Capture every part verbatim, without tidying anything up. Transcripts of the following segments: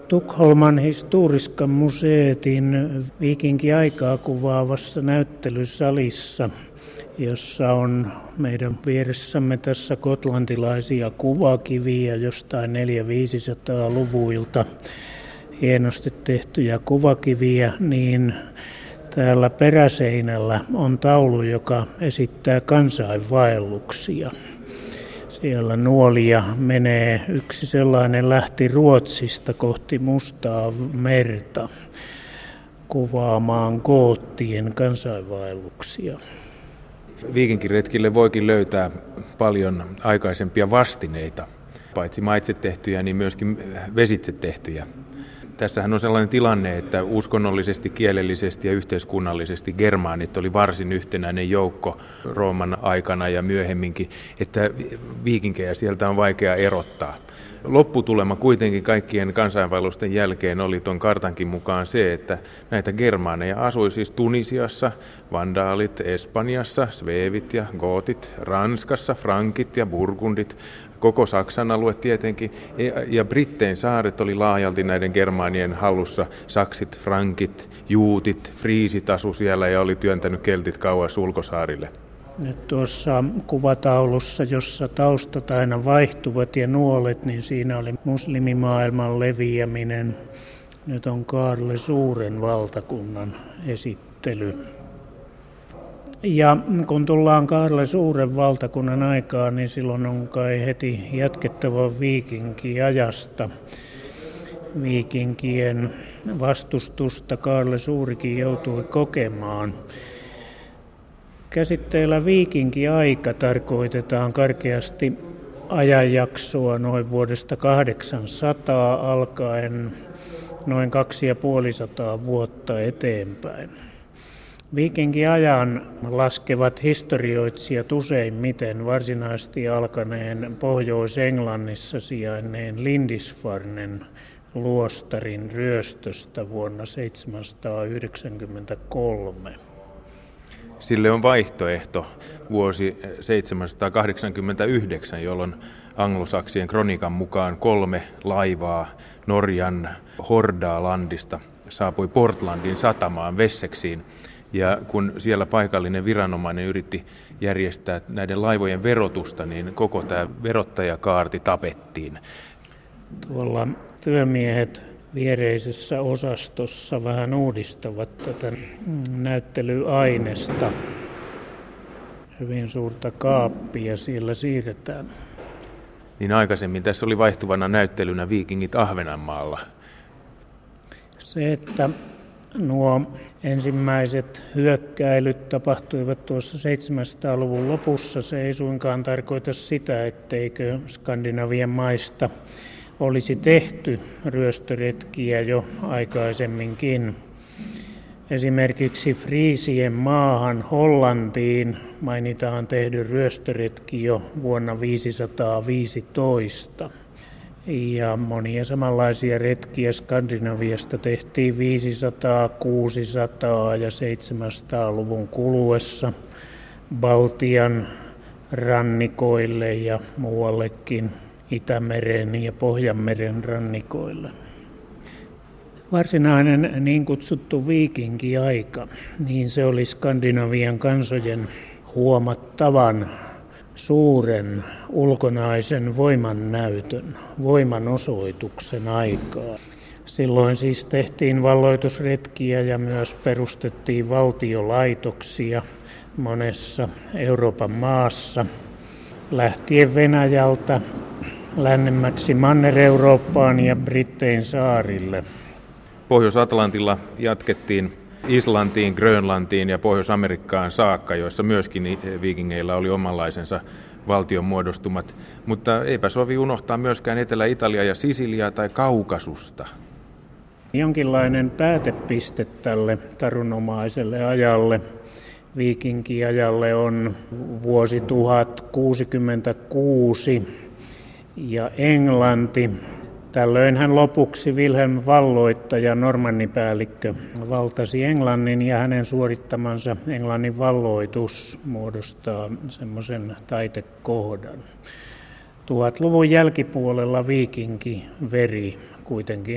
Tukholman historiska museetin viikinkiaikaa kuvaavassa näyttelysalissa, jossa on meidän vieressämme tässä gotlantilaisia kuvakiviä jostain neljä-viisisataa-luvuilta, hienosti tehtyjä kuvakiviä, niin täällä peräseinällä on taulu, joka esittää kansainvaelluksia. Siellä nuolia menee, yksi sellainen lähti Ruotsista kohti Mustaa merta kuvaamaan goottien kansainvaelluksia. Viikinkiretkille voikin löytää paljon aikaisempia vastineita, paitsi maitse tehtyjä, niin myöskin vesitse tehtyjä. Tässähän on sellainen tilanne, että uskonnollisesti, kielellisesti ja yhteiskunnallisesti germaanit oli varsin yhtenäinen joukko Rooman aikana ja myöhemminkin, että viikinkejä sieltä on vaikea erottaa. Lopputulema kuitenkin kaikkien kansainvaellusten jälkeen oli tuon kartankin mukaan se, että näitä germaaneja asui siis Tunisiassa, vandaalit, Espanjassa, sveevit ja gootit, Ranskassa, frankit ja burgundit, koko Saksan alue tietenkin, ja Brittein saaret oli laajalti näiden germaanien hallussa. Saksit, frankit, juutit, friisit asu siellä ja oli työntänyt keltit kauas ulkosaarille. Nyt tuossa kuvataulussa, jossa taustat aina vaihtuvat ja nuolet, niin siinä oli muslimimaailman leviäminen. Nyt on Kaarle Suuren valtakunnan esittely. Ja kun tullaan Kaarle Suuren valtakunnan aikaan, niin silloin on kai heti jatkettava viikinkiajasta. Viikinkien vastustusta Kaarle Suurikin joutui kokemaan. Käsitteellä viikinkiaika tarkoitetaan karkeasti ajanjaksoa noin vuodesta kahdeksansataa alkaen noin kaksi ja puolisataa vuotta eteenpäin. Viikinkiajan laskevat historioitsijat useimmiten varsinaisesti alkaneen Pohjois-Englannissa sijainneen Lindisfarnen luostarin ryöstöstä vuonna seitsemänsataayhdeksänkymmentäkolme. Sille on vaihtoehto vuosi seitsemänsataakahdeksankymmentäyhdeksän, jolloin anglosaksien kronikan mukaan kolme laivaa Norjan Hordalandista saapui Portlandin satamaan Wessexiin. Ja kun siellä paikallinen viranomainen yritti järjestää näiden laivojen verotusta, niin koko tämä verottajakaarti tapettiin. Tuolla työmiehet viereisessä osastossa vähän uudistavat tätä näyttelyainesta. Hyvin suurta kaappia siellä siirretään. Niin aikaisemmin tässä oli vaihtuvana näyttelynä Viikingit Ahvenanmaalla. Se, että nuo ensimmäiset hyökkäilyt tapahtuivat tuossa seitsemänsataa-luvun lopussa, se ei suinkaan tarkoita sitä, etteikö Skandinavian maista olisi tehty ryöstöretkiä jo aikaisemminkin. Esimerkiksi Friisien maahan Hollantiin mainitaan tehdyn ryöstöretki jo vuonna viisisataaviisitoista. Ja monia samanlaisia retkiä Skandinaviasta tehtiin viisisataa, kuusisataa ja seitsemänsataa-luvun kuluessa Baltian rannikoille ja muuallekin Itämeren ja Pohjanmeren rannikoille. Varsinainen niin kutsuttu viikinkiaika, niin se oli Skandinavian kansojen huomattavan suuren ulkonaisen voimannäytön, voimanosoituksen aikaa. Silloin siis tehtiin valloitusretkiä ja myös perustettiin valtiolaitoksia monessa Euroopan maassa, lähtien Venäjältä lännemmäksi Manner-Eurooppaan ja Brittein saarille. Pohjois-Atlantilla jatkettiin Islantiin, Grönlantiin ja Pohjois-Amerikkaan saakka, joissa myöskin viikingeillä oli omanlaisensa valtion muodostumat. Mutta eipä sovi unohtaa myöskään Etelä-Italia ja Sisiliaa tai Kaukasusta. Jonkinlainen päätepiste tälle tarunomaiselle ajalle, viikinkiajalle, on vuosi tuhatkuusikymmentäkuusi ja Englanti. Tällöinhän lopuksi Wilhelm valloittaja, normannipäällikkö, valtasi Englannin ja hänen suorittamansa Englannin valloitus muodostaa semmoisen taitekohdan. Tuhatluvun jälkipuolella viikinki veri kuitenkin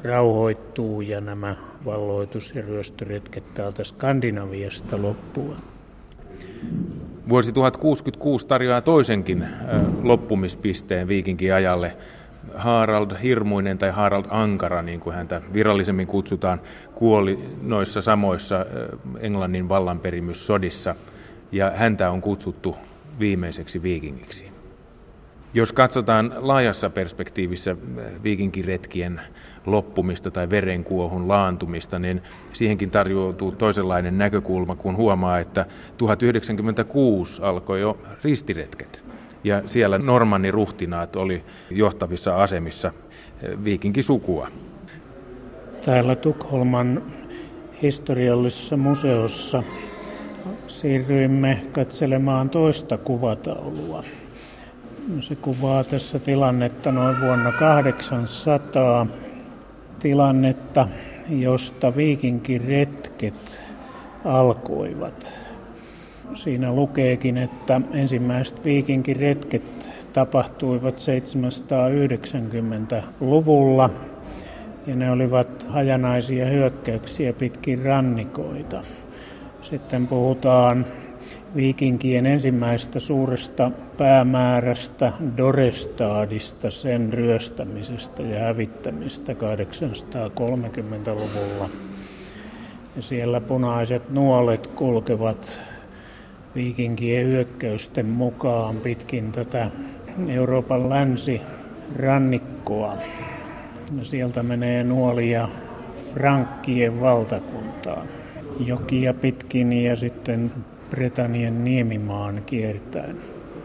rauhoittuu ja nämä valloitus- ja ryöstöretket täältä Skandinaviasta loppuvat. Vuosi tuhatkuusikymmentäkuusi tarjoaa toisenkin loppumispisteen viikinkiajalle. Harald Hirmuinen tai Harald Ankara, niin kuin häntä virallisemmin kutsutaan, kuoli noissa samoissa Englannin vallanperimyssodissa ja häntä on kutsuttu viimeiseksi viikingiksi. Jos katsotaan laajassa perspektiivissä viikinkiretkien loppumista tai verenkuohun laantumista, niin siihenkin tarjoutuu toisenlainen näkökulma, kun huomaa, että tuhatyhdeksänsataayhdeksänkymmentäkuusi alkoi jo ristiretket. Ja siellä Normannin ruhtinaat oli johtavissa asemissa viikinkisukua. Täällä Tukholman historiallisessa museossa siirryimme katselemaan toista kuvataulua. Se kuvaa tässä tilannetta noin vuonna kahdeksansataa, tilannetta, josta viikinkiretket alkoivat. Siinä lukeekin, että ensimmäiset viikinkiretket tapahtuivat seitsemänsataayhdeksänkymmentäluvulla ja ne olivat hajanaisia hyökkäyksiä pitkin rannikoita. Sitten puhutaan viikinkien ensimmäisestä suuresta päämäärästä, Dorestadista, sen ryöstämisestä ja hävittämistä kahdeksansataakolmekymmentäluvulla. Ja siellä punaiset nuolet kulkevat viikinkien hyökkäysten mukaan pitkin tätä Euroopan länsirannikkoa. Ja sieltä menee nuolia Frankkien valtakuntaan, jokia pitkin ja sitten Britannian niemimaan kiertäen.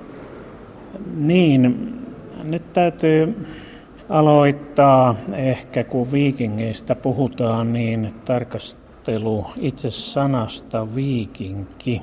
Niin, nyt täytyy aloittaa ehkä, kun viikingeistä puhutaan, niin tarkastelu itse sanasta viikinki.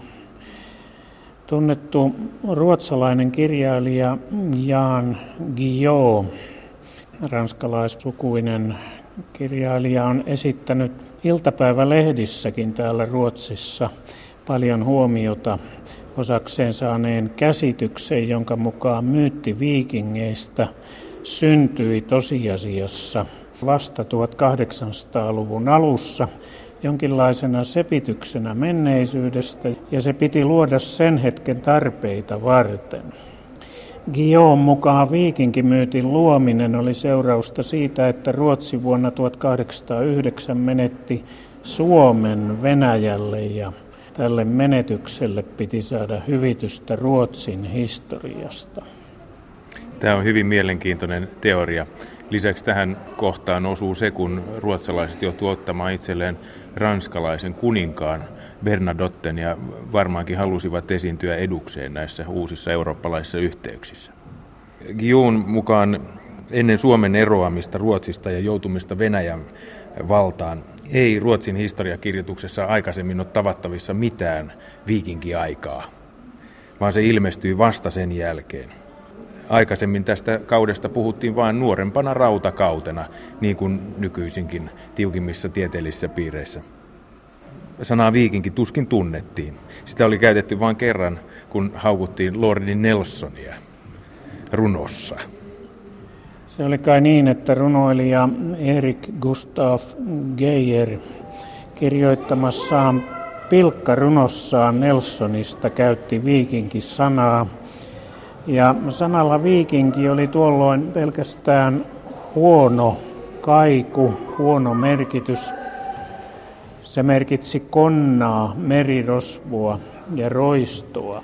Tunnettu ruotsalainen kirjailija Jan Guillou, ranskalaissukuinen kirjailija, on esittänyt iltapäivälehdissäkin täällä Ruotsissa paljon huomiota osakseen saaneen käsityksen, jonka mukaan myytti viikingeistä syntyi tosiasiassa vasta tuhatkahdeksansataaluvun alussa jonkinlaisena sepityksenä menneisyydestä, ja se piti luoda sen hetken tarpeita varten. Guillaumin mukaan viikinkimyytin luominen oli seurausta siitä, että Ruotsi vuonna tuhatkahdeksansataayhdeksän menetti Suomen Venäjälle, ja tälle menetykselle piti saada hyvitystä Ruotsin historiasta. Tämä on hyvin mielenkiintoinen teoria. Lisäksi tähän kohtaan osuu se, kun ruotsalaiset joutuivat ottamaan itselleen ranskalaisen kuninkaan Bernadotten ja varmaankin halusivat esiintyä edukseen näissä uusissa eurooppalaisissa yhteyksissä. Guillaumin mukaan ennen Suomen eroamista Ruotsista ja joutumista Venäjän valtaan ei Ruotsin historiakirjoituksessa aikaisemmin ole tavattavissa mitään viikinkiaikaa, vaan se ilmestyy vasta sen jälkeen. Aikaisemmin tästä kaudesta puhuttiin vain nuorempana rautakautena, niin kuin nykyisinkin tiukimmissa tieteellisissä piireissä. Sanaa viikinki tuskin tunnettiin. Sitä oli käytetty vain kerran, kun haukuttiin Lordi Nelsonia runossa. Se oli kai niin, että runoilija Erik Gustaf Geijer kirjoittamassaan pilkkarunossaan Nelsonista käytti viikinki-sanaa. Ja sanalla viikinki oli tuolloin pelkästään huono kaiku, huono merkitys. Se merkitsi konnaa, merirosvoa ja roistoa.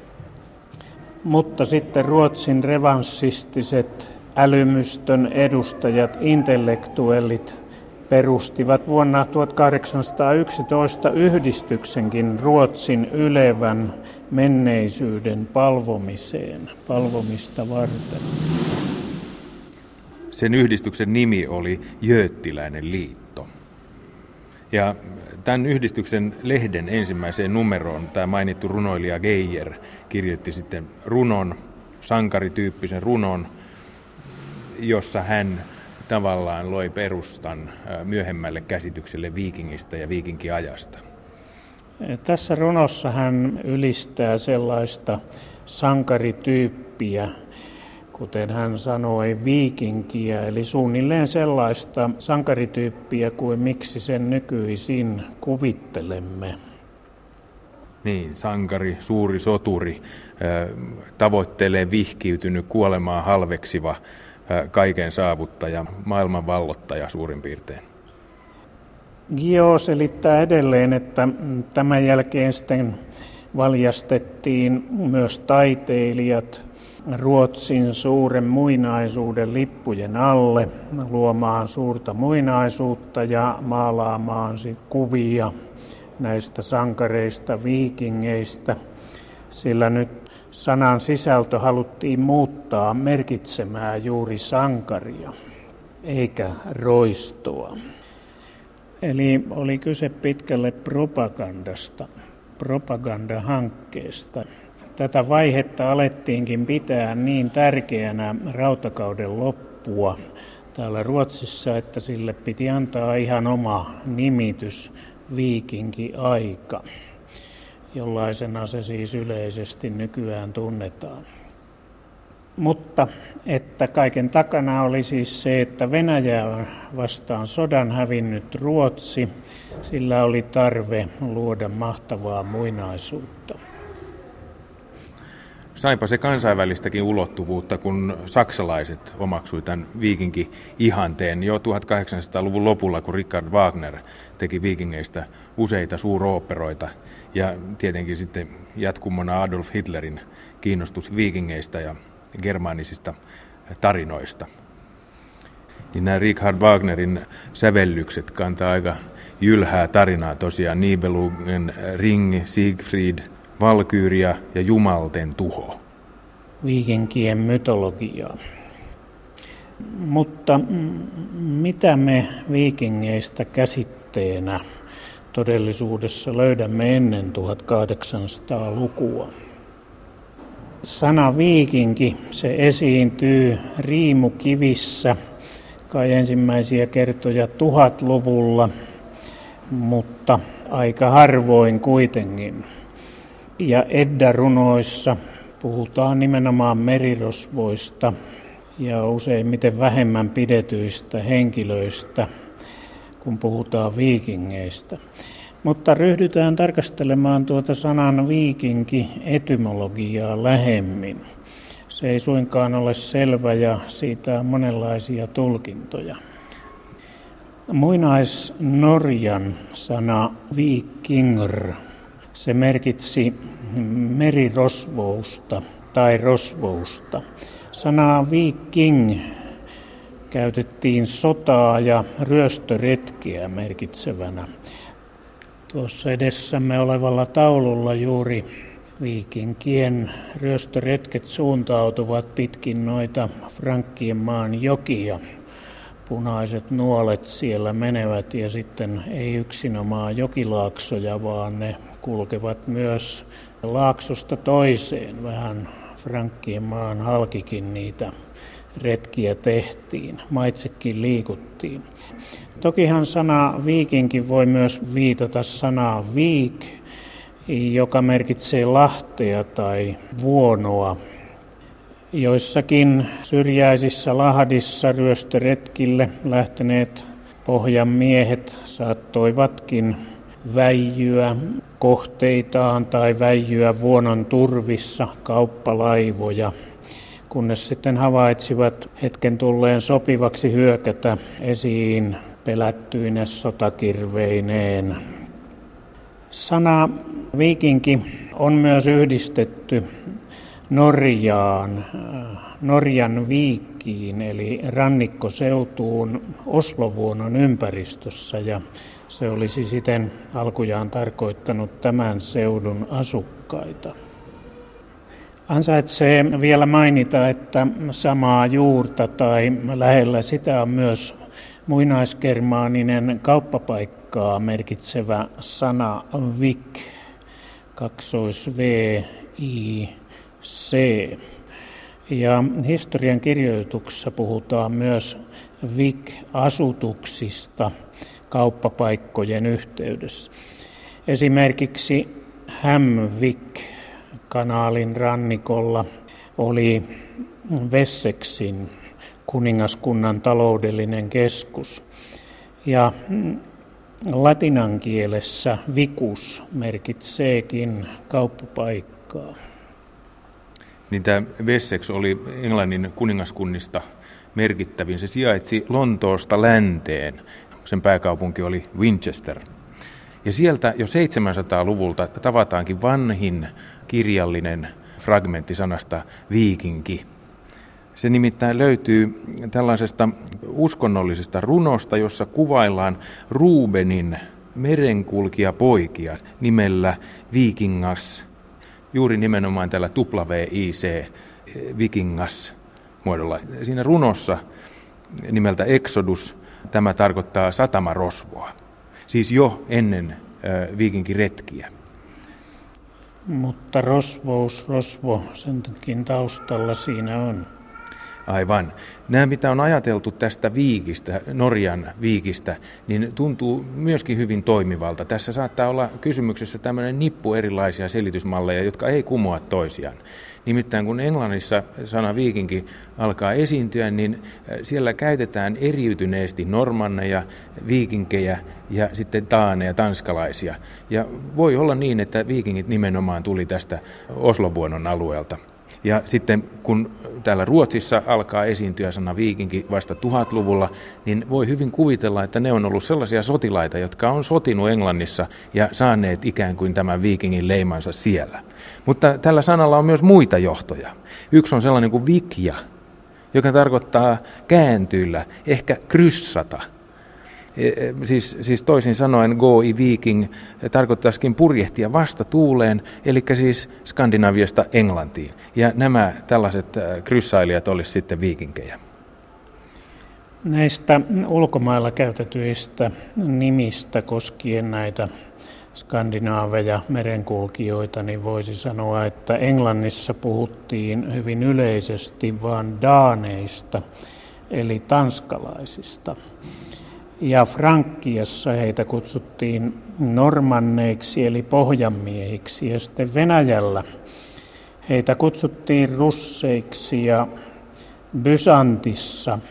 Mutta sitten Ruotsin revanssistiset älymystön edustajat, intellektuellit, perustivat vuonna tuhatkahdeksansataayksitoista yhdistyksenkin Ruotsin ylevän menneisyyden palvomiseen, palvomista varten. Sen yhdistyksen nimi oli Göttiläinen liitto. Ja tämän yhdistyksen lehden ensimmäiseen numeroon tämä mainittu runoilija Geijer kirjoitti sitten runon, sankarityyppisen runon, jossa hän tavallaan loi perustan myöhemmälle käsitykselle viikingistä ja viikinkiajasta. Tässä runossa hän ylistää sellaista sankarityyppiä kuten hän sanoi, viikinkiä, eli suunnilleen sellaista sankarityyppiä kuin miksi sen nykyisin kuvittelemme. Niin, sankari, suuri soturi, tavoittelee vihkiytynyt, kuolemaa halveksiva, kaiken saavuttaja, maailman vallottaja suurin piirtein. Gio selittää edelleen, että tämän jälkeen sitten valjastettiin myös taiteilijat Ruotsin suuren muinaisuuden lippujen alle luomaan suurta muinaisuutta ja maalaamaan kuvia näistä sankareista, viikingeistä, sillä nyt sanan sisältö haluttiin muuttaa merkitsemään juuri sankaria, eikä roistoa. Eli oli kyse pitkälle propagandasta, propagandahankkeesta. Tätä vaihetta alettiinkin pitää niin tärkeänä rautakauden loppua täällä Ruotsissa, että sille piti antaa ihan oma nimitys, viikinki-aika, jollaisena se siis yleisesti nykyään tunnetaan. Mutta että kaiken takana oli siis se, että Venäjä on vastaan sodan hävinnyt Ruotsi, sillä oli tarve luoda mahtavaa muinaisuutta. Saipa se kansainvälistäkin ulottuvuutta, kun saksalaiset omaksui tämän viikinki-ihanteen jo tuhatkahdeksansataaluvun lopulla, kun Richard Wagner teki viikingeistä useita suuroopperoita ja tietenkin sitten jatkumona Adolf Hitlerin kiinnostus viikingeistä ja germaanisista tarinoista. Niin nämä Richard Wagnerin sävellykset kantaa aika jylhää tarinaa tosiaan. Nibelungen ring, Siegfried, Valkyria ja Jumalten tuho. Viikinkien mytologiaa. Mutta mitä me viikingeistä käsitteenä todellisuudessa löydämme ennen tuhatkahdeksansataalukua? Sana viikinki, se esiintyy riimukivissä kai ensimmäisiä kertoja tuhatluvulla, mutta aika harvoin kuitenkin. Ja Edda-runoissa puhutaan nimenomaan merirosvoista ja useimmiten vähemmän pidetyistä henkilöistä, kun puhutaan viikingeistä. Mutta ryhdytään tarkastelemaan tuota sanan viikinki etymologiaa lähemmin. Se ei suinkaan ole selvä ja siitä on monenlaisia tulkintoja. Muinais-Norjan sana vikingr, se merkitsi merirosvousta tai rosvousta. Sanaa viking käytettiin sotaa ja ryöstöretkiä merkitsevänä. Tuossa edessämme olevalla taululla juuri viikinkien ryöstöretket suuntautuvat pitkin noita Frankkien maan jokia. Punaiset nuolet siellä menevät ja sitten ei yksinomaan jokilaaksoja, vaan ne kulkevat myös laaksosta toiseen. Vähän Frankkien maan halkikin niitä retkiä tehtiin, maitsekin liikuttiin. Tokihan sana viikinki voi myös viitata sanaan viik, joka merkitsee lahtea tai vuonoa. Joissakin syrjäisissä lahdissa ryöstöretkille lähteneet pohjan miehet saattoivatkin väijyä kohteitaan tai väijyä vuonon turvissa kauppalaivoja, kunnes sitten havaitsivat hetken tulleen sopivaksi hyökätä esiin pelättyine sotakirveineen. Sana viikinki on myös yhdistetty Norjaan, Norjan viikkiin eli rannikkoseutuun Oslovuonon ympäristössä ja se olisi siten alkujaan tarkoittanut tämän seudun asukkaita. Ansaitsee vielä mainita, että samaa juurta tai lähellä sitä on myös muinaisgermaaninen kauppapaikkaa merkitsevä sana vik, kaksois V, I, C. Ja historian kirjoituksessa puhutaan myös vik-asutuksista kauppapaikkojen yhteydessä. Esimerkiksi Hämvik kanaalin rannikolla oli Wessexin kuningaskunnan taloudellinen keskus. Ja latinan kielessä vicus merkitseekin kauppapaikkaa. Niin tämä Wessex oli Englannin kuningaskunnista merkittävin. Se sijaitsi Lontoosta länteen. Sen pääkaupunki oli Winchester. Ja sieltä jo seitsemänsataaluvulta tavataankin vanhin kirjallinen fragmentti sanasta viikinki. Se nimittäin löytyy tällaisesta uskonnollisesta runosta, jossa kuvaillaan Rubenin merenkulkijapoikia nimellä Vikingas. Juuri nimenomaan tällä W I C Vikingas muodolla. Siinä runossa nimeltä Exodus tämä tarkoittaa satamarosvoa. Siis jo ennen äh, viikinkiretkiä. Mutta rosvous, rosvo, senkin taustalla siinä on. Aivan. Nämä, mitä on ajateltu tästä viikistä, Norjan viikistä, niin tuntuu myöskin hyvin toimivalta. Tässä saattaa olla kysymyksessä tämmöinen nippu erilaisia selitysmalleja, jotka ei kumoa toisiaan. Nimittäin kun Englannissa sana viikinki alkaa esiintyä, niin siellä käytetään eriytyneesti normanneja, viikinkejä ja sitten taaneja, tanskalaisia. Ja voi olla niin, että viikingit nimenomaan tuli tästä Oslovuonon alueelta. Ja sitten kun täällä Ruotsissa alkaa esiintyä sana viikinki vasta tuhatluvulla, niin voi hyvin kuvitella, että ne on ollut sellaisia sotilaita, jotka on sotinut Englannissa ja saaneet ikään kuin tämän viikingin leimansa siellä. Mutta tällä sanalla on myös muita johtoja. Yksi on sellainen kuin vikja, joka tarkoittaa kääntyillä, ehkä kryssata. Siis, siis toisin sanoen go i viking tarkoittaisikin purjehtia vasta tuuleen, eli siis Skandinaviasta Englantiin. Ja nämä tällaiset kryssailijat olisivat sitten viikinkejä. Näistä ulkomailla käytetyistä nimistä koskien näitä skandinaaveja, merenkulkijoita, niin voisi sanoa, että Englannissa puhuttiin hyvin yleisesti vain daaneista, eli tanskalaisista. Ja Frankkiassa heitä kutsuttiin normanneiksi eli pohjanmiehiksi, ja sitten Venäjällä heitä kutsuttiin russeiksi, ja Bysantissa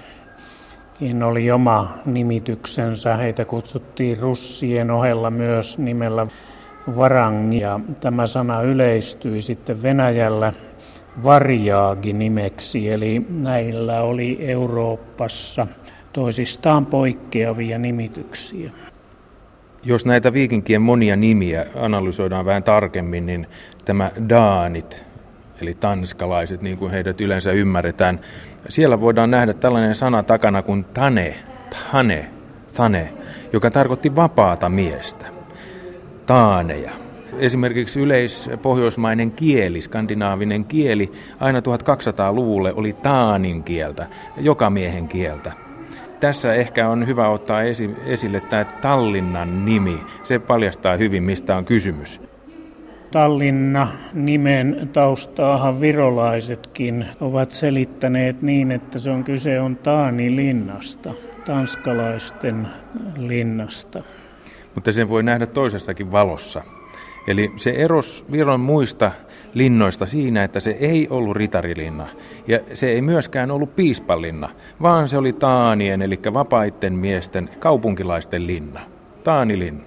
oli oma nimityksensä. Heitä kutsuttiin russien ohella myös nimellä varangi, ja tämä sana yleistyi sitten Venäjällä varjaagi-nimeksi, eli näillä oli Euroopassa toisistaan poikkeavia nimityksiä. Jos näitä viikinkien monia nimiä analysoidaan vähän tarkemmin, niin tämä daanit, eli tanskalaiset, niin kuin heidät yleensä ymmärretään, siellä voidaan nähdä tällainen sana takana kuin tane, tane, tane, joka tarkoitti vapaata miestä, taaneja. Esimerkiksi yleispohjoismainen kieli, skandinaavinen kieli, aina tuhatkaksisataaluvulle oli taanin kieltä, jokamiehen kieltä. Tässä ehkä on hyvä ottaa esille tämä Tallinnan nimi. Se paljastaa hyvin, mistä on kysymys. Tallinna nimen taustaahan virolaisetkin ovat selittäneet niin, että se on kyse on Taanilinnasta, tanskalaisten linnasta. Mutta sen voi nähdä toisestakin valossa. Eli se erosi Viron muista linnoista siinä, että se ei ollut ritarilinna ja se ei myöskään ollut piispalinna, vaan se oli taanien, eli vapaitten miesten, kaupunkilaisten linna, taanilinna.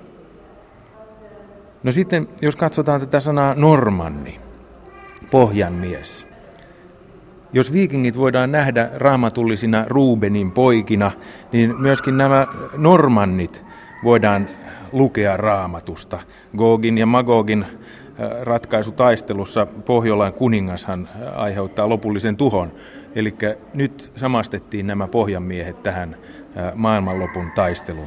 No sitten, jos katsotaan tätä sanaa normanni, pohjanmies. Jos viikingit voidaan nähdä raamatullisina Rubenin poikina, niin myöskin nämä normannit voidaan lukea raamatusta. Gogin ja Magogin ratkaisutaistelussa Pohjolan kuningashan aiheuttaa lopullisen tuhon. Eli nyt samastettiin nämä pohjanmiehet tähän maailmanlopun taisteluun.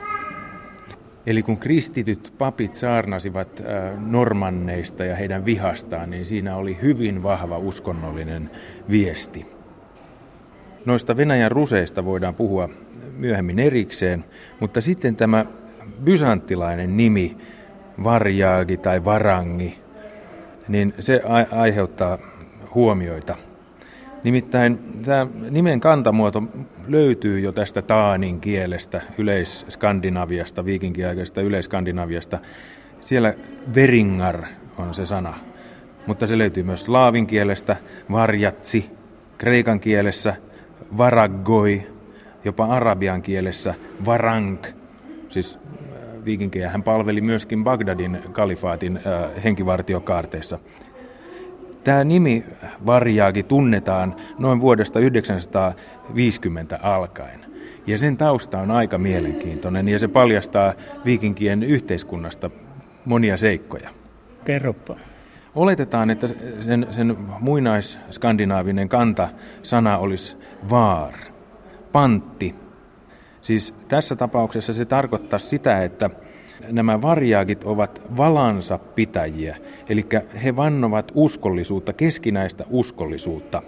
Eli kun kristityt papit saarnasivat normanneista ja heidän vihastaan, niin siinä oli hyvin vahva uskonnollinen viesti. Noista Venäjän ruseista voidaan puhua myöhemmin erikseen, mutta sitten tämä bysanttilainen nimi, varjaagi tai varangi, niin se aiheuttaa huomioita. Nimittäin tämä nimen kantamuoto löytyy jo tästä taanin kielestä, yleis-skandinaviasta, viikinkiaikaisesta yleis-skandinaviasta. Siellä veringar on se sana, mutta se löytyy myös slaavin kielestä, varjatsi, kreikan kielessä varaggoi, jopa arabian kielessä varank, siis viikinkejä hän palveli myöskin Bagdadin kalifaatin äh, henkivartiokaarteissa. Tämä nimi varjaagi tunnetaan noin vuodesta yhdeksänsataaviisikymmentä alkaen. Ja sen tausta on aika mielenkiintoinen ja se paljastaa viikinkien yhteiskunnasta monia seikkoja. Kerropa. Oletetaan, että sen, sen muinais-skandinaavinen kanta-sana olisi vaar, pantti. Siis tässä tapauksessa se tarkoittaa sitä, että nämä varjaagit ovat valansa pitäjiä, eli he vannovat uskollisuutta, keskinäistä uskollisuutta.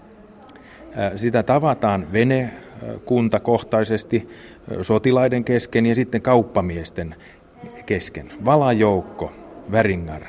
Sitä tavataan venekuntakohtaisesti sotilaiden kesken ja sitten kauppamiesten kesken. Valajoukko, väringar.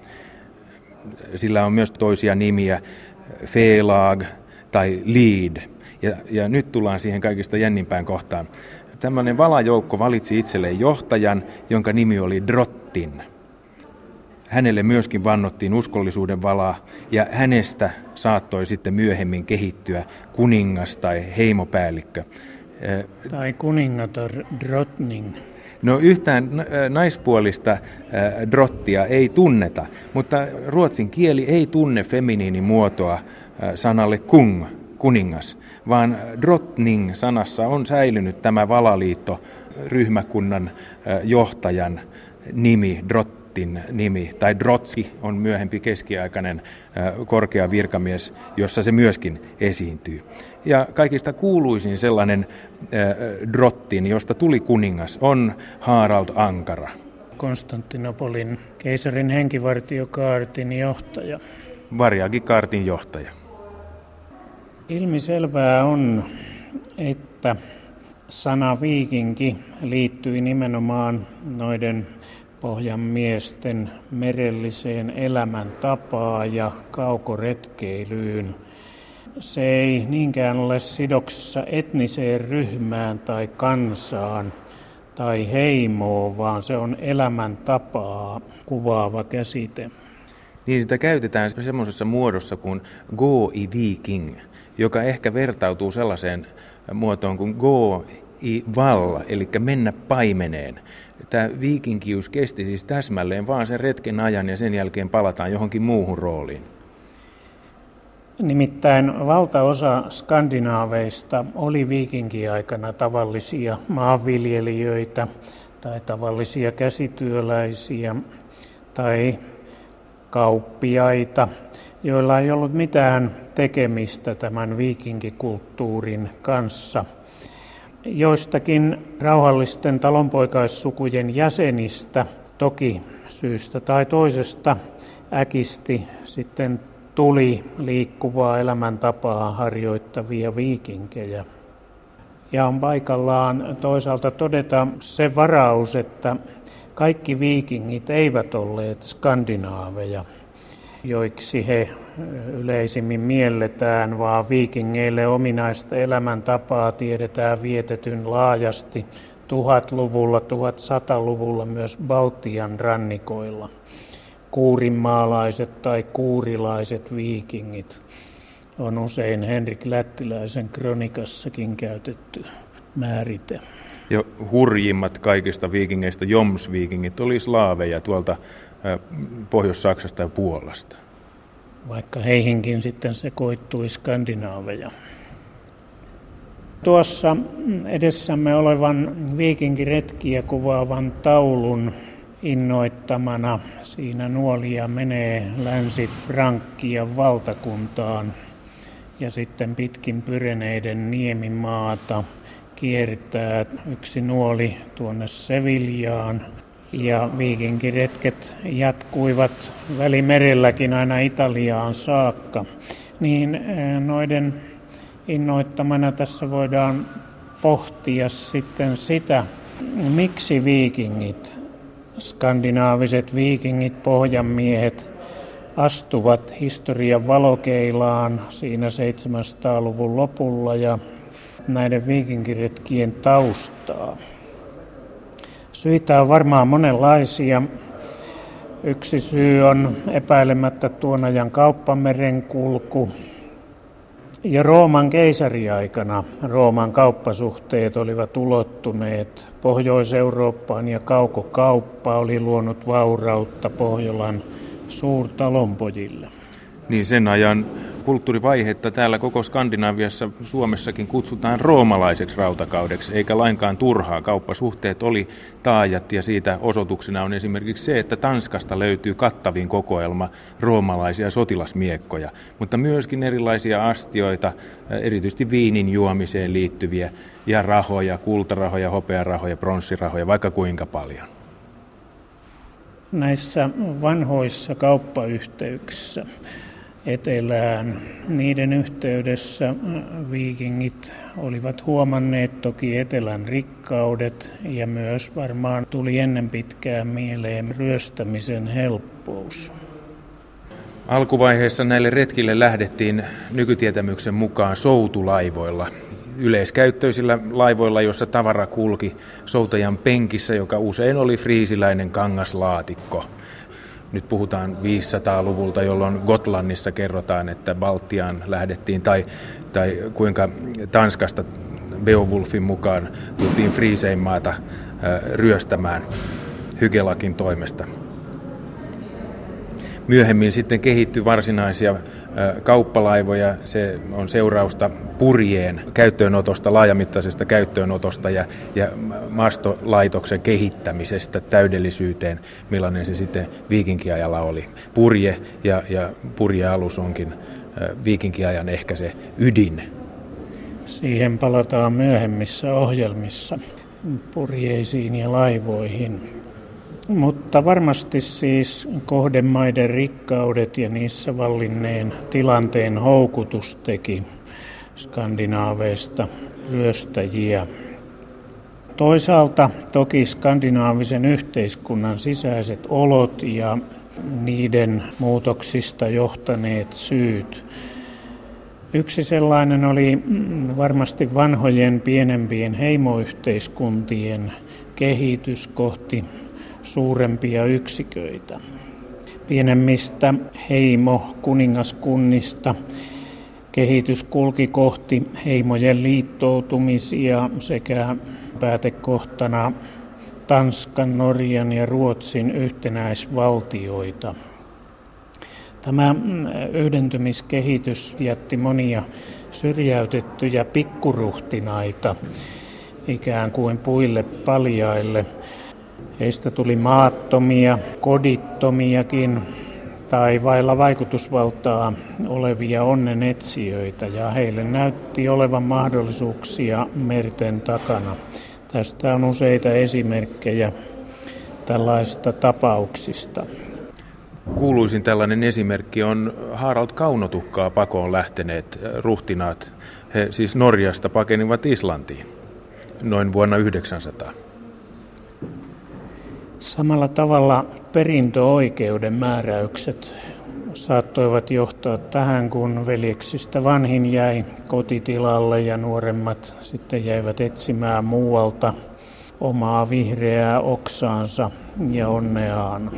Sillä on myös toisia nimiä, felag tai lead. Ja, ja nyt tullaan siihen kaikista jännimpään kohtaan. Tällainen valajoukko valitsi itselleen johtajan, jonka nimi oli Drottin. Hänelle myöskin vannottiin uskollisuuden valaa, ja hänestä saattoi sitten myöhemmin kehittyä kuningas tai heimopäällikkö. Tai kuningatar Drottning. No yhtään naispuolista drottia ei tunneta, mutta ruotsin kieli ei tunne feminiinimuotoa sanalle kung, kuningas, vaan drottning-sanassa on säilynyt tämä valaliitto ryhmäkunnan johtajan nimi, drottin nimi, tai drotski on myöhempi keskiaikainen korkea virkamies, jossa se myöskin esiintyy. Ja kaikista kuuluisin sellainen äh, drottin, josta tuli kuningas, on Harald Ankara. Konstantinopolin keisarin henkivartiokaartin johtaja. Varjaagi-kaartin johtaja. Ilmiselvää on, että sana viikinki liittyi nimenomaan noiden pohjanmiesten merelliseen elämäntapaan ja kaukoretkeilyyn. Se ei niinkään ole sidoksissa etniseen ryhmään tai kansaan tai heimoon, vaan se on elämäntapaa kuvaava käsite. Niin sitä käytetään semmoisessa muodossa kuin go i viking, joka ehkä vertautuu sellaiseen muotoon kuin go i valla, eli mennä paimeneen. Tämä viikinkius kesti siis täsmälleen vaan sen retken ajan ja sen jälkeen palataan johonkin muuhun rooliin. Nimittäin valtaosa skandinaaveista oli viikinkiaikana tavallisia maanviljelijöitä tai tavallisia käsityöläisiä tai kauppiaita, joilla ei ollut mitään tekemistä tämän viikinkikulttuurin kanssa. Joistakin rauhallisten talonpoikaissukujen jäsenistä toki syystä tai toisesta äkisti sitten tuli liikkuvaa elämäntapaa harjoittavia viikinkejä. Ja on paikallaan toisaalta todeta se varaus, että kaikki viikingit eivät olleet skandinaaveja, joiksi he yleisimmin mielletään, vaan viikingeille ominaista elämäntapaa tiedetään vietetyn laajasti tuhatluvulla, tuhatsataluvulla myös Baltian rannikoilla. Kuurinmaalaiset tai kuurilaiset viikingit on usein Henrik Lättiläisen kronikassakin käytetty määrite. Ja hurjimmat kaikista viikingeistä, jomsviikingit, oli slaaveja tuolta Pohjois-Saksasta ja Puolasta. Vaikka heihinkin sitten sekoittui skandinaaveja. Tuossa edessämme olevan viikinkiretkiä kuvaavan taulun innoittamana siinä nuolia menee Länsi-Frankkian valtakuntaan ja sitten pitkin Pyreneiden niemimaata kiertää yksi nuoli tuonne Seviljaan ja viikinkiretket jatkuivat Välimerelläkin aina Italiaan saakka. Niin noiden innoittamana tässä voidaan pohtia sitten sitä, miksi viikingit, skandinaaviset viikingit, pohjanmiehet, astuvat historian valokeilaan siinä seitsemänsadan-luvun lopulla ja näiden viikinkiretkien taustaa. Syitä on varmaan monenlaisia. Yksi syy on epäilemättä tuon ajan kauppamerenkulku. Ja Rooman keisariaikana Rooman kauppasuhteet olivat ulottuneet Pohjois-Eurooppaan ja kaukokauppa oli luonut vaurautta Pohjolan suurtalonpojille. Niin sen ajan kulttuurivaihetta täällä koko Skandinaviassa, Suomessakin kutsutaan roomalaiseksi rautakaudeksi, eikä lainkaan turhaa. Kauppasuhteet oli taajat ja siitä osoituksena on esimerkiksi se, että Tanskasta löytyy kattavin kokoelma roomalaisia sotilasmiekkoja, mutta myöskin erilaisia astioita, erityisesti viinin juomiseen liittyviä ja rahoja, kultarahoja, hopearahoja, pronssirahoja, vaikka kuinka paljon. Näissä vanhoissa kauppayhteyksissä etelään, niiden yhteydessä viikingit olivat huomanneet toki etelän rikkaudet ja myös varmaan tuli ennen pitkään mieleen ryöstämisen helppous. Alkuvaiheessa näille retkille lähdettiin nykytietämyksen mukaan soutulaivoilla. Yleiskäyttöisillä laivoilla, jossa tavara kulki soutajan penkissä, joka usein oli friisiläinen kangaslaatikko. Nyt puhutaan viisisataaluvulta, jolloin Gotlannissa kerrotaan, että Baltiaan lähdettiin, tai, tai kuinka Tanskasta Beowulfin mukaan tultiin Friiseinmaata ryöstämään Hygelakin toimesta. Myöhemmin sitten kehittyi varsinaisia kauppalaivoja. Se on seurausta purjeen käyttöönotosta, laajamittaisesta käyttöönotosta ja, ja mastolaitoksen kehittämisestä täydellisyyteen, millainen se sitten viikinkiajalla oli. Purje ja, ja purjealus onkin viikinkiajan ehkä se ydin. Siihen palataan myöhemmissä ohjelmissa, purjeisiin ja laivoihin. Mutta varmasti siis kohdemaiden rikkaudet ja niissä vallinneen tilanteen houkutus teki skandinaaveista ryöstäjiä. Toisaalta toki skandinaavisen yhteiskunnan sisäiset olot ja niiden muutoksista johtaneet syyt. Yksi sellainen oli varmasti vanhojen pienempien heimoyhteiskuntien kehitys kohti suurempia yksiköitä. Pienemmistä heimo-kuningaskunnista kehitys kulki kohti heimojen liittoutumisia sekä päätekohtana Tanskan, Norjan ja Ruotsin yhtenäisvaltioita. Tämä yhdentymiskehitys jätti monia syrjäytettyjä pikkuruhtinaita ikään kuin puille paljaille. Heistä tuli maattomia, kodittomiakin tai vailla vaikutusvaltaa olevia onnenetsijöitä ja heille näytti olevan mahdollisuuksia merten takana. Tästä on useita esimerkkejä tällaisista tapauksista. Kuuluisin tällainen esimerkki on Harald Kaunotukkaa pakoon lähteneet ruhtinaat. He siis Norjasta pakenivat Islantiin noin vuonna yhdeksänsataa. Samalla tavalla perintöoikeuden määräykset saattoivat johtaa tähän, kun veljeksistä vanhin jäi kotitilalle ja nuoremmat sitten jäivät etsimään muualta omaa vihreää oksaansa ja onneaan.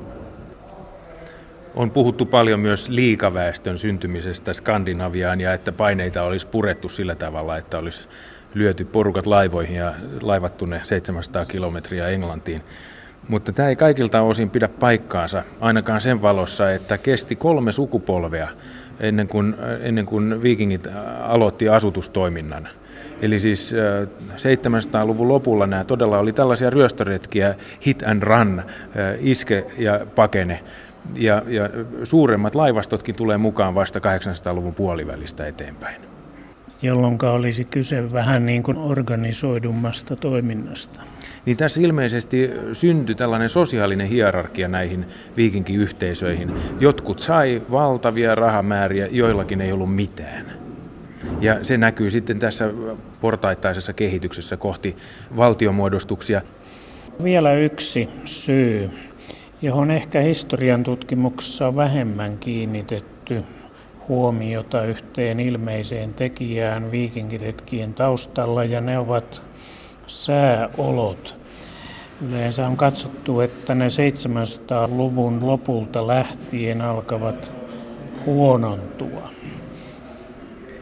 On puhuttu paljon myös liikaväestön syntymisestä Skandinaviaan ja että paineita olisi purettu sillä tavalla, että olisi lyöty porukat laivoihin ja laivattu ne seitsemänsataa kilometriä Englantiin. Mutta tämä ei kaikilta osin pidä paikkaansa, ainakaan sen valossa, että kesti kolme sukupolvea ennen kuin, ennen kuin viikingit aloitti asutustoiminnan. Eli siis seitsemänsataaluvun lopulla nämä todella oli tällaisia ryöstöretkiä, hit and run, iske ja pakene. Ja, ja suuremmat laivastotkin tulee mukaan vasta kahdeksansataaluvun puolivälistä eteenpäin. Jolloin olisi kyse vähän niin kuin organisoidummasta toiminnasta. Niin tässä ilmeisesti syntyi tällainen sosiaalinen hierarkia näihin viikinkiyhteisöihin. Jotkut sai valtavia rahamääriä, joillakin ei ollut mitään. Ja se näkyy sitten tässä portaittaisessa kehityksessä kohti valtiomuodostuksia. Vielä yksi syy, johon ehkä historian tutkimuksessa on vähemmän kiinnitetty huomiota yhteen ilmeiseen tekijään viikinkiretkien taustalla, ja ne ovat sääolot. Yleensä on katsottu, että ne seitsemänsataaluvun lopulta lähtien alkavat huonontua.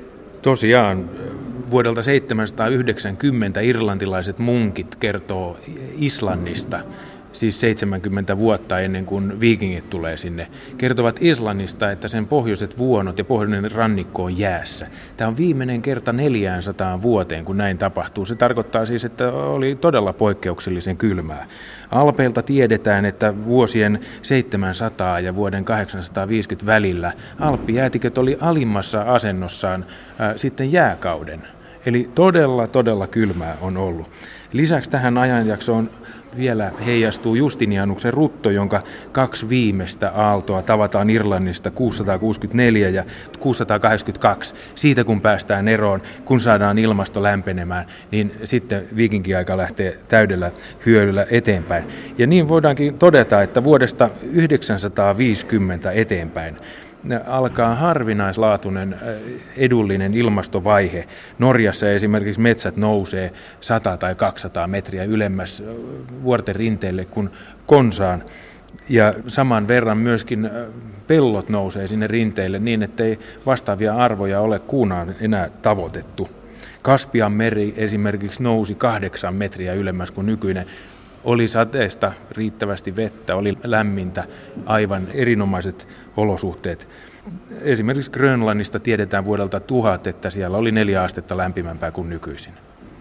Tosiaan vuodelta seitsemänsataayhdeksänkymmentä irlantilaiset munkit kertoo Islannista, siis seitsemänkymmentä vuotta ennen kuin viikingit tulee sinne, kertovat Islannista, että sen pohjoiset vuonot ja pohjoinen rannikko on jäässä. Tämä on viimeinen kerta neljäänsataan vuoteen, kun näin tapahtuu. Se tarkoittaa siis, että oli todella poikkeuksellisen kylmää. Alpeilta tiedetään, että vuosien seitsemänsataa ja vuoden kahdeksansataaviisikymmentä välillä alppijäätiköt oli alimmassa asennossaan äh, sitten jääkauden. Eli todella, todella kylmää on ollut. Lisäksi tähän ajanjaksoon vielä heijastuu Justinianuksen rutto, jonka kaksi viimeistä aaltoa tavataan Irlannista kuusisataakuusikymmentäneljä ja kuusisataakahdeksankymmentäkaksi. Siitä kun päästään eroon, kun saadaan ilmasto lämpenemään, niin sitten viikinkiaika lähtee täydellä hyödyllä eteenpäin. Ja niin voidaankin todeta, että vuodesta yhdeksänsataaviisikymmentä eteenpäin alkaa harvinaislaatuinen edullinen ilmastovaihe. Norjassa esimerkiksi metsät nousee sata tai kaksisataa metriä ylemmäs vuorten rinteelle kuin Konsaan. Ja saman verran myöskin pellot nousee sinne rinteille niin, ettei vastaavia arvoja ole kuunaan enää tavoitettu. Kaspian meri esimerkiksi nousi kahdeksan metriä ylemmäs kuin nykyinen. Oli sateesta riittävästi vettä, oli lämmintä, aivan erinomaiset olosuhteet. Esimerkiksi Grönlannista tiedetään vuodelta tuhat, että siellä oli neljä astetta lämpimämpää kuin nykyisin.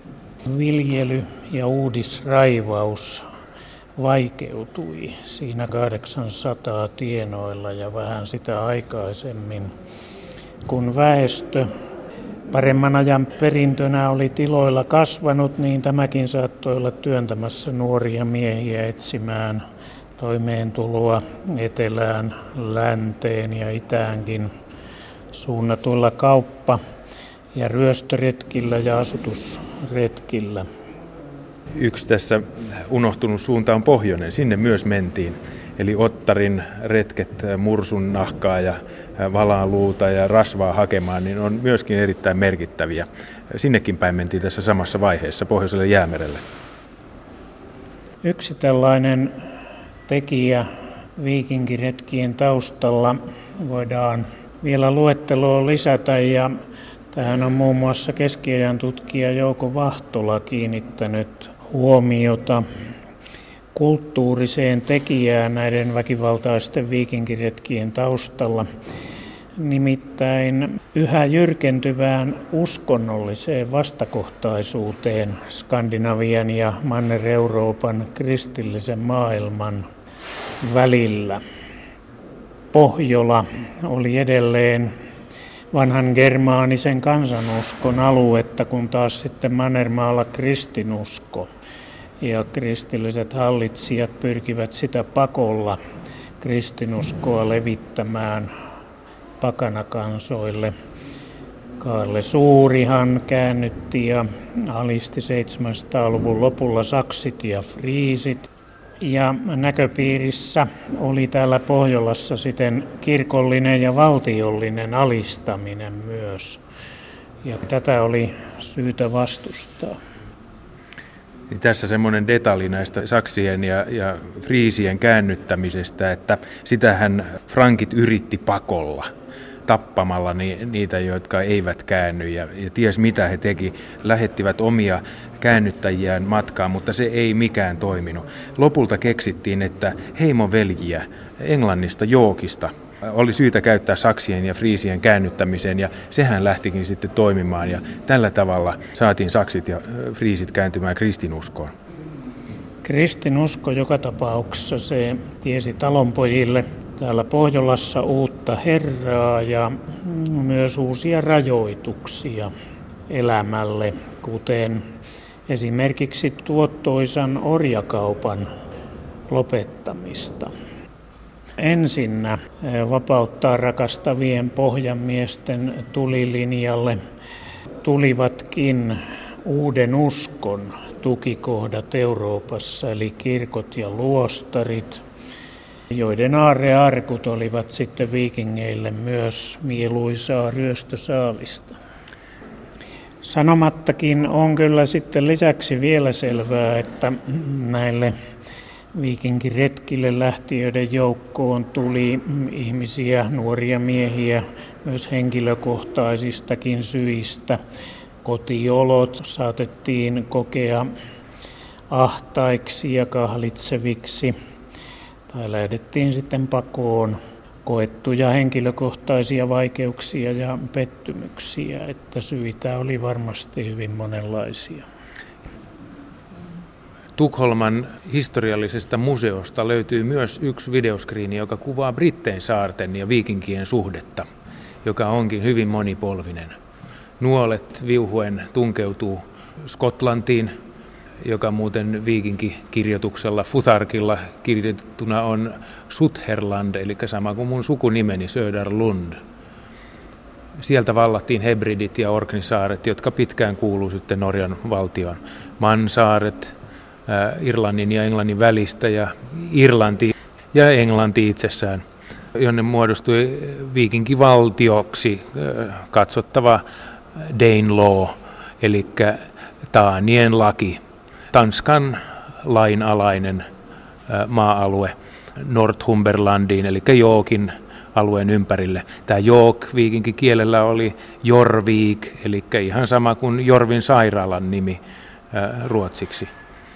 Viljely ja uudisraivaus vaikeutui siinä kahdeksansataa tienoilla ja vähän sitä aikaisemmin, kun väestö paremman ajan perintönä oli tiloilla kasvanut, niin tämäkin saattoi olla työntämässä nuoria miehiä etsimään toimeentuloa etelään, länteen ja itäänkin suunnatuilla kauppa- ja ryöstöretkillä ja asutusretkillä. Yksi tässä unohtunut suunta on pohjoinen, sinne myös mentiin. Eli Ottarin retket mursun nahkaa ja valaanluuta ja rasvaa hakemaan, niin on myöskin erittäin merkittäviä. Sinnekin päin mentiin tässä samassa vaiheessa Pohjoiselle Jäämerelle. Yksi tällainen tekijä viikinkiretkien taustalla voidaan vielä luetteloon lisätä, ja tähän on muun muassa keskiajan tutkija Jouko Vahtola kiinnittänyt huomiota kulttuuriseen tekijään näiden väkivaltaisten viikinkiretkien taustalla, nimittäin yhä jyrkentyvään uskonnolliseen vastakohtaisuuteen Skandinavian ja Manner-Euroopan kristillisen maailman välillä. Pohjola oli edelleen vanhan germaanisen kansanuskon aluetta, kun taas sitten Mannermaalla kristinusko. Ja kristilliset hallitsijat pyrkivät sitä pakolla kristinuskoa levittämään pakanakansoille. Kaarle Suurihan käännytti ja alisti seitsemänsadan-luvun lopulla saksit ja friisit. Ja näköpiirissä oli täällä Pohjolassa siten kirkollinen ja valtiollinen alistaminen myös. Ja tätä oli syytä vastustaa. Niin tässä semmoinen detalji näistä saksien ja, ja friisien käännyttämisestä, että sitähän frankit yritti pakolla, tappamalla ni, niitä, jotka eivät käänny, ja, ja ties mitä he teki, lähettivät omia käännyttäjiään matkaan, mutta se ei mikään toiminut. Lopulta keksittiin, että heimoveljiä Englannista, Yorkista, oli syytä käyttää saksien ja friisien käännyttämiseen, ja sehän lähtikin sitten toimimaan, ja tällä tavalla saatiin saksit ja friisit kääntymään kristinuskoon. Kristinusko joka tapauksessa se tiesi talonpojille täällä Pohjolassa uutta herraa ja myös uusia rajoituksia elämälle, kuten esimerkiksi tuottoisan orjakaupan lopettamista. Ensinnä vapauttaa rakastavien pohjanmiesten tulilinjalle tulivatkin uuden uskon tukikohdat Euroopassa, eli kirkot ja luostarit, joiden aarrearkut olivat sitten viikingeille myös mieluisaa ryöstösaalista. Sanomattakin on kyllä sitten lisäksi vielä selvää, että näille Viikinkiretkille lähtiöiden joukkoon tuli ihmisiä, nuoria miehiä, myös henkilökohtaisistakin syistä. Kotiolot saatettiin kokea ahtaiksi ja kahlitseviksi, tai lähdettiin sitten pakoon. Koettuja henkilökohtaisia vaikeuksia ja pettymyksiä, että syitä oli varmasti hyvin monenlaisia. Tukholman historiallisesta museosta löytyy myös yksi videoskriini, joka kuvaa Brittein saarten ja viikinkien suhdetta, joka onkin hyvin monipolvinen. Nuolet viuhuen tunkeutuu Skotlantiin, joka muuten viikinkikirjoituksella Futharkilla kirjoitettuna on Sutherland, eli sama kuin mun sukunimeni Söderlund. Sieltä vallattiin Hebridit ja Orkneysaaret, jotka pitkään kuuluu sitten Norjan valtioon. Mansaaret, Irlannin ja Englannin välistä ja Irlanti ja Englanti itsessään, jonne muodostui viikinkivaltioksi katsottava Danelaw, eli Taanien laki, Tanskan lainalainen maa-alue Northumberlandiin, eli Yorkin alueen ympärille. Tämä York viikinkikielellä oli Jorvik, eli ihan sama kuin Jorvin sairaalan nimi ruotsiksi.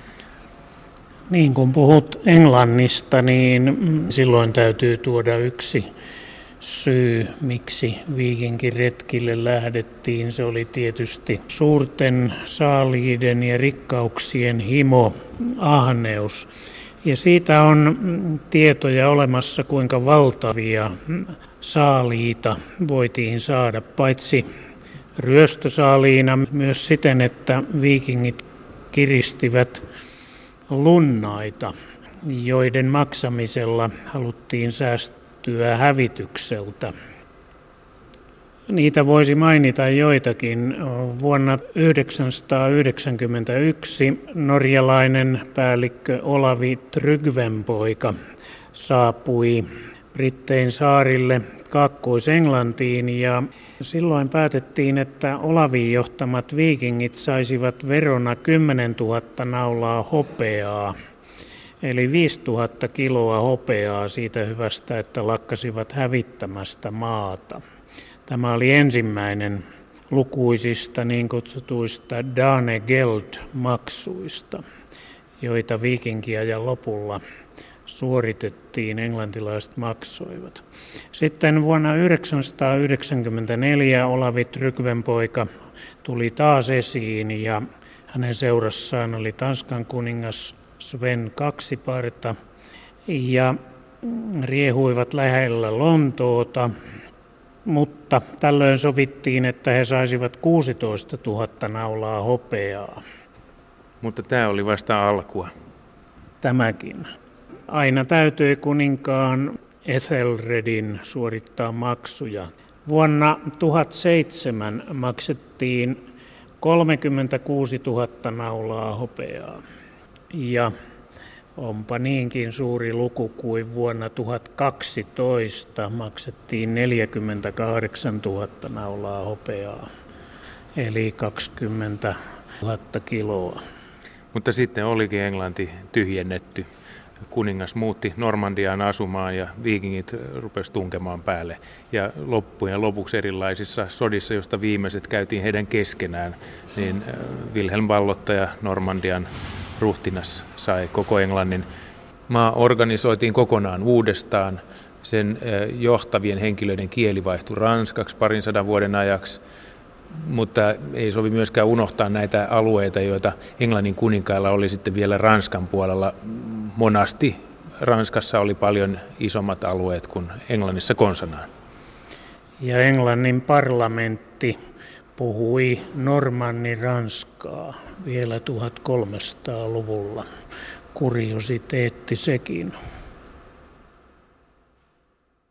Niin kun puhut Englannista, niin silloin täytyy tuoda yksi syy, miksi viikinkiretkille lähdettiin. Se oli tietysti suurten saaliiden ja rikkauksien himo, ahneus. Ja siitä on tietoja olemassa, kuinka valtavia saaliita voitiin saada, paitsi ryöstösaaliina, myös siten, että viikingit kiristivät lunnaita, joiden maksamisella haluttiin säästyä hävitykseltä. Niitä voisi mainita joitakin. Vuonna yhdeksänsataayhdeksänkymmentäyksi norjalainen päällikkö Olavi Trygvenpoika saapui Brittein saarille Kaakkois-Englantiin ja silloin päätettiin, että Olavin johtamat viikingit saisivat verona kymmenentuhatta naulaa hopeaa, eli viisituhatta kiloa hopeaa siitä hyvästä, että lakkasivat hävittämästä maata. Tämä oli ensimmäinen lukuisista niin kutsutuista Danegeld-maksuista, joita viikinkiajan lopulla suoritettiin, englantilaiset maksoivat. Sitten vuonna yhdeksänsataayhdeksänkymmentäneljä Olavi Trygvenpoika tuli taas esiin ja hänen seurassaan oli Tanskan kuningas Sven Kaksiparta ja riehuivat lähellä Lontoota, mutta tällöin sovittiin, että he saisivat kuusitoistatuhatta naulaa hopeaa. Mutta tämä oli vasta alkua. Tämäkin. Aina täytyi kuninkaan Ethelredin suorittaa maksuja. Vuonna tuhatseitsemän maksettiin kolmekymmentäkuusituhatta naulaa hopeaa. Ja onpa niinkin suuri luku kuin vuonna tuhatkaksitoista maksettiin neljäkymmentäkahdeksantuhatta naulaa hopeaa, eli kaksikymmentätuhatta kiloa. Mutta sitten olikin Englanti tyhjennetty. Kuningas muutti Normandiaan asumaan ja viikingit rupesi tunkemaan päälle. Ja loppujen lopuksi erilaisissa sodissa, joista viimeiset käytiin heidän keskenään, niin Wilhelm Valloittaja Normandian ruhtinas sai koko Englannin. Maa organisoitiin kokonaan uudestaan. Sen johtavien henkilöiden kieli vaihtui ranskaksi parin sadan vuoden ajaksi. Mutta ei sovi myöskään unohtaa näitä alueita, joita Englannin kuninkailla oli sitten vielä Ranskan puolella. Monasti Ranskassa oli paljon isommat alueet kuin Englannissa konsanaan. Ja Englannin parlamentti puhui normannin ranskaa vielä tuhatkolmesataaluvulla. Kuriositeetti sekin.